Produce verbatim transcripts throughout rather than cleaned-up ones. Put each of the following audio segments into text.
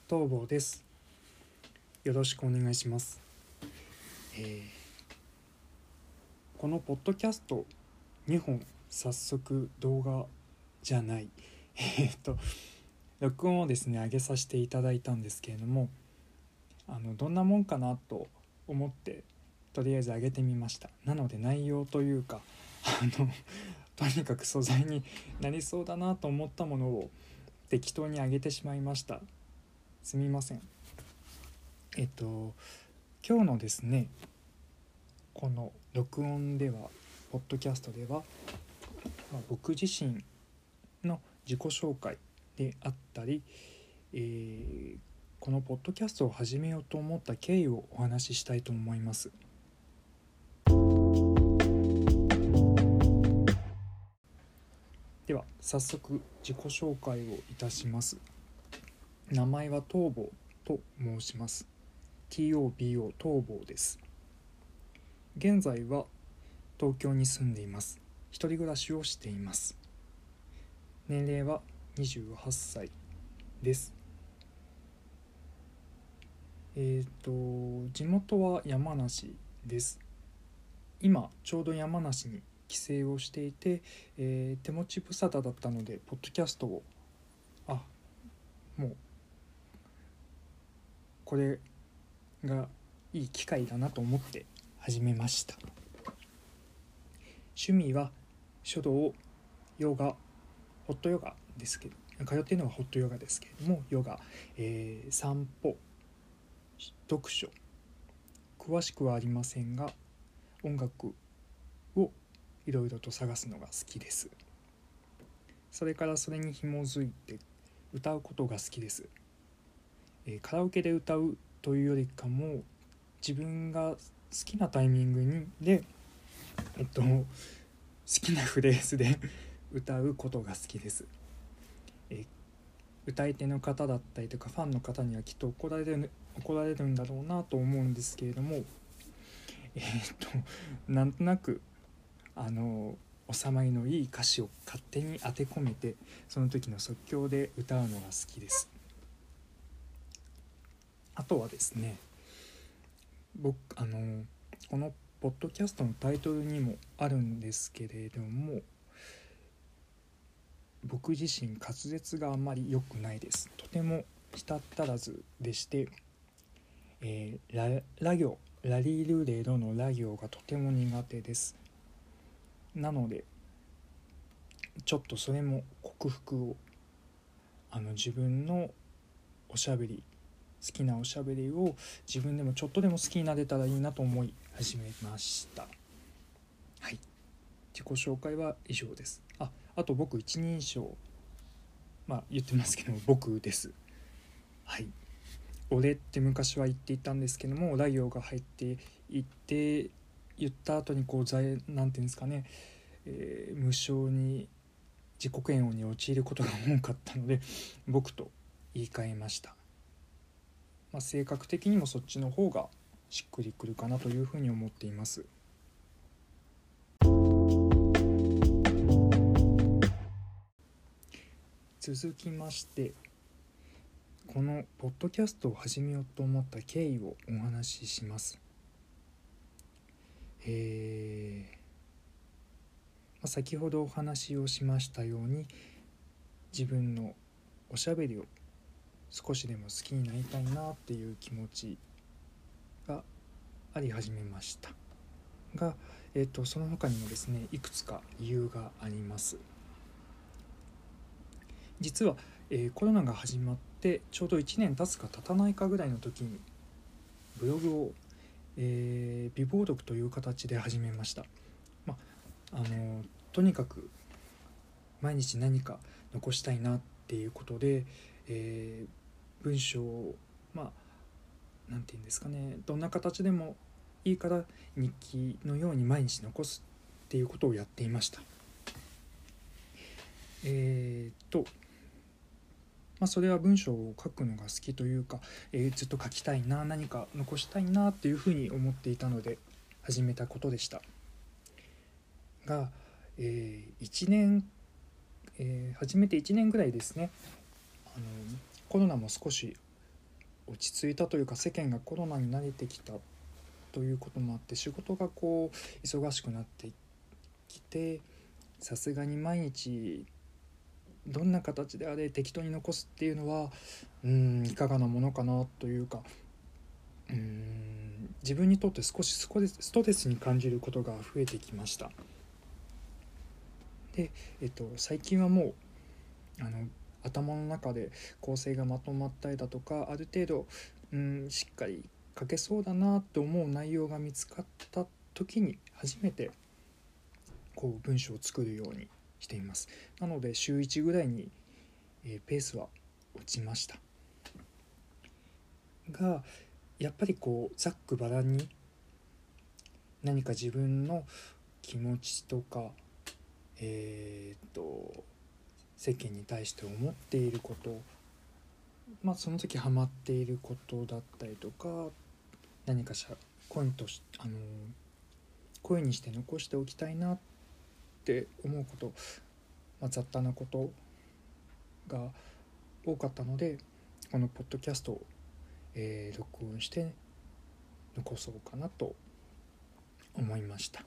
東坊です。よろしくお願いします。えー、このポッドキャストにほん早速動画じゃないえっと録音をですね上げさせていただいたんですけれども、あのどんなもんかなと思ってとりあえず上げてみました。なので内容というかあのとにかく素材になりそうだなと思ったものを適当に上げてしまいました。すみません。えっと今日のですねこの録音ではポッドキャストでは、まあ、僕自身の自己紹介であったり、えー、このポッドキャストを始めようと思った経緯をお話ししたいと思います。では早速自己紹介をいたします。名前は東坊と申します。 ティーオービーオー 東坊です。現在は東京に住んでいます。一人暮らしをしています。年齢はにじゅうはっさいです。えっと地元は山梨です。今ちょうど山梨に帰省をしていて、えー、手持ち無沙汰だったのでポッドキャストをあもうこれがいい機会だなと思って始めました。趣味は書道、ヨガ、ホットヨガですけど通っているのはホットヨガですけれども、ヨガ、えー、散歩、読書、詳しくはありませんが音楽をいろいろと探すのが好きです。それからそれに紐づいて歌うことが好きです。えー、カラオケで歌うというよりかも自分が好きなタイミングにで、えっと、好きなフレーズで歌うことが好きです。えー、歌い手の方だったりとかファンの方にはきっと怒られる怒られるんだろうなと思うんですけれども、えー、っとなんとなくあの収まりのいい歌詞を勝手に当て込めてその時の即興で歌うのが好きです。あとはですね、僕あのこのポッドキャストのタイトルにもあるんですけれども、僕自身滑舌があんまり良くないです。とても舌足らずでして、えー、ラ, ラ行ラリルレロのラ行がとても苦手です。なのでちょっとそれも克服をあの自分のおしゃべり好きなおしゃべりを自分でもちょっとでも好きになれたらいいなと思い始めました。はい、自己紹介は以上です。あ、あと僕一人称まあ言ってますけども僕です。はい、俺って昔は言っていたんですけどもラ行が入っていって言った後にこう在なんていうんですかね、えー、無性に自己嫌悪に陥ることが多かったので僕と言い換えました。まあ、性格的にもそっちの方がしっくりくるかなというふうに思っています。続きましてこのポッドキャストを始めようと思った経緯をお話しします。えーまあ、先ほどお話をしましたように自分のおしゃべりを少しでも好きになりたいなっていう気持ちがあり始めましたが、えーと、その他にもですねいくつか理由があります。実は、えー、コロナが始まってちょうどいちねん経つか経たないかぐらいの時にブログを、えー、微暴録という形で始めました。まあのとにかく毎日何か残したいなっていうことで、えー、文章をまあなんていうんですかね、どんな形でもいいから日記のように毎日残すっていうことをやっていました。えー、っとまあそれは文章を書くのが好きというか、えー、ずっと書きたいな、何か残したいなっていうふうに思っていたので始めたことでしたが、えー、いちねん、えー、始めていちねんぐらいですね、あのコロナも少し落ち着いたというか、世間がコロナに慣れてきたということもあって、仕事がこう忙しくなってきて、さすがに毎日どんな形であれ適当に残すっていうのはうーんいかがなものかなというか、うーん自分にとって少しストレスに感じることが増えてきました。で、えっと、最近はもうあの頭の中で構成がまとまったりだとか、ある程度うんしっかり書けそうだなと思う内容が見つかった時に初めてこう文章を作るようにしています。なので週いちぐらいに、えー、ペースは落ちましたが、やっぱりこうざっくばらんに何か自分の気持ちとか、えー、っと世間に対して思っていること、まあ、その時ハマっていることだったりとか、何かしゃ声としあの声にして残しておきたいなって思うこと、まあ、雑多なことが多かったので、このポッドキャストを、えー、録音して残そうかなと思いました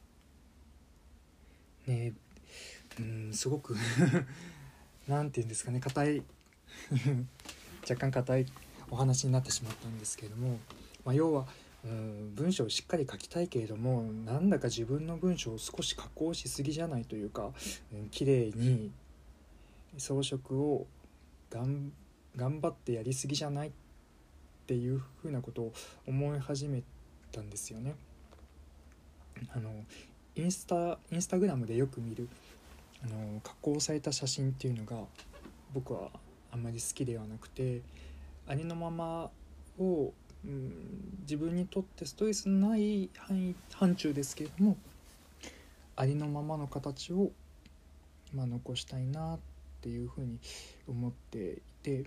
ね。うんすごくなんていうんですかね、硬い若干硬いお話になってしまったんですけれども、まあ、要はうん文章をしっかり書きたいけれども、なんだか自分の文章を少し加工しすぎじゃないというか、うん、綺麗に装飾をがん頑張ってやりすぎじゃないっていうふうなことを思い始めたんですよね。あのインスタインスタグラムでよく見るあの加工された写真っていうのが僕はあんまり好きではなくて、ありのままを、うん、自分にとってストレスのない範囲範疇ですけれども、ありのままの形を、まあ、残したいなっていうふうに思っていて、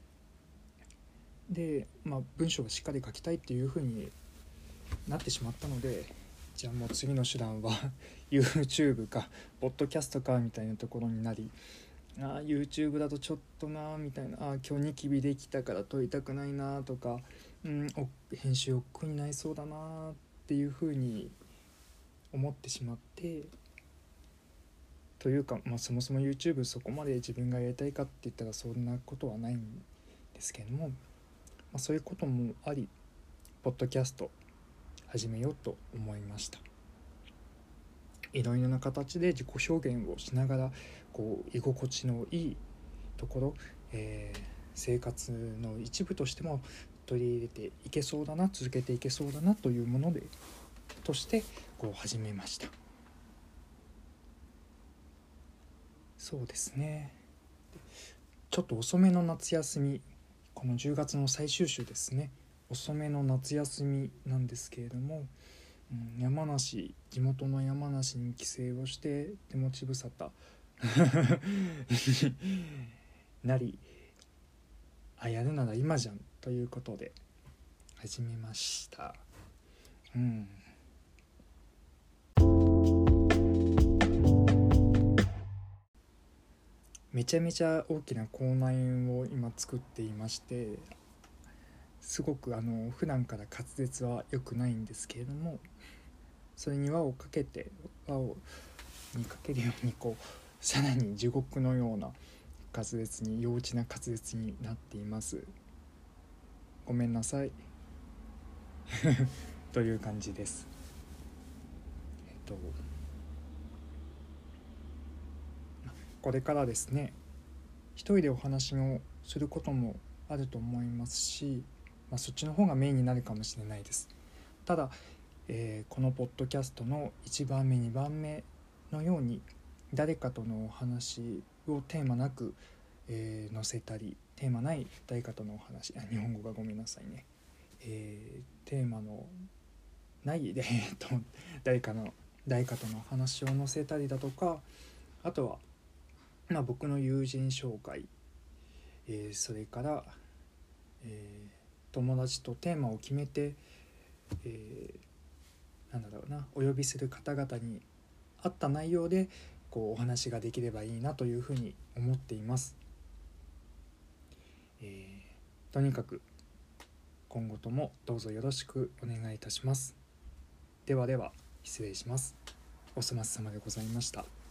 で、まあ、文章をしっかり書きたいっていうふうになってしまったので、じゃあもう次の手段はYouTube かポッドキャストかみたいなところになり、あ YouTube だとちょっとなみたいな、あ今日ニキビできたから撮りたくないなとか、うん、お編集億劫になりそうだなっていうふうに思ってしまって、というか、まあ、そもそも YouTube そこまで自分がやりたいかって言ったらそんなことはないんですけれども、まあ、そういうこともありポッドキャスト始めようと思いました。いろいろな形で自己表現をしながらこう居心地のいいところ、えー、生活の一部としても取り入れていけそうだな、続けていけそうだなというものでとしてこう始めました。そうですね、ちょっと遅めの夏休み、このじゅうがつの最終週ですね、遅めの夏休みなんですけれども、うん、山梨地元の山梨に帰省をして手持ち無沙汰なり、あやるなら今じゃんということで始めました。うんめちゃめちゃ大きな口内炎を今作っていまして、すごくあの普段から滑舌は良くないんですけれども、それに輪をかけて輪をにかけるようにこうさらに地獄のような滑舌に幼稚な滑舌になっています。ごめんなさいという感じです。えっとこれからですね、一人でお話をすることもあると思いますし、まあ、そっちの方がメインになるかもしれないです。ただ、えー、このポッドキャストのいちばんめにばんめのように誰かとのお話をテーマなく、えー、載せたり、テーマない誰かとのお話、あ日本語がごめんなさいね、えー、テーマのない、えー、と誰かの誰かとの話を載せたりだとか、あとはまあ、僕の友人紹介、えー、それから、えー、友達とテーマを決めて、えー、なんだろうなお呼びする方々に合った内容でこうお話ができればいいなというふうに思っています。えー、とにかく今後ともどうぞよろしくお願いいたします。ではでは失礼します。お粗末様でございました。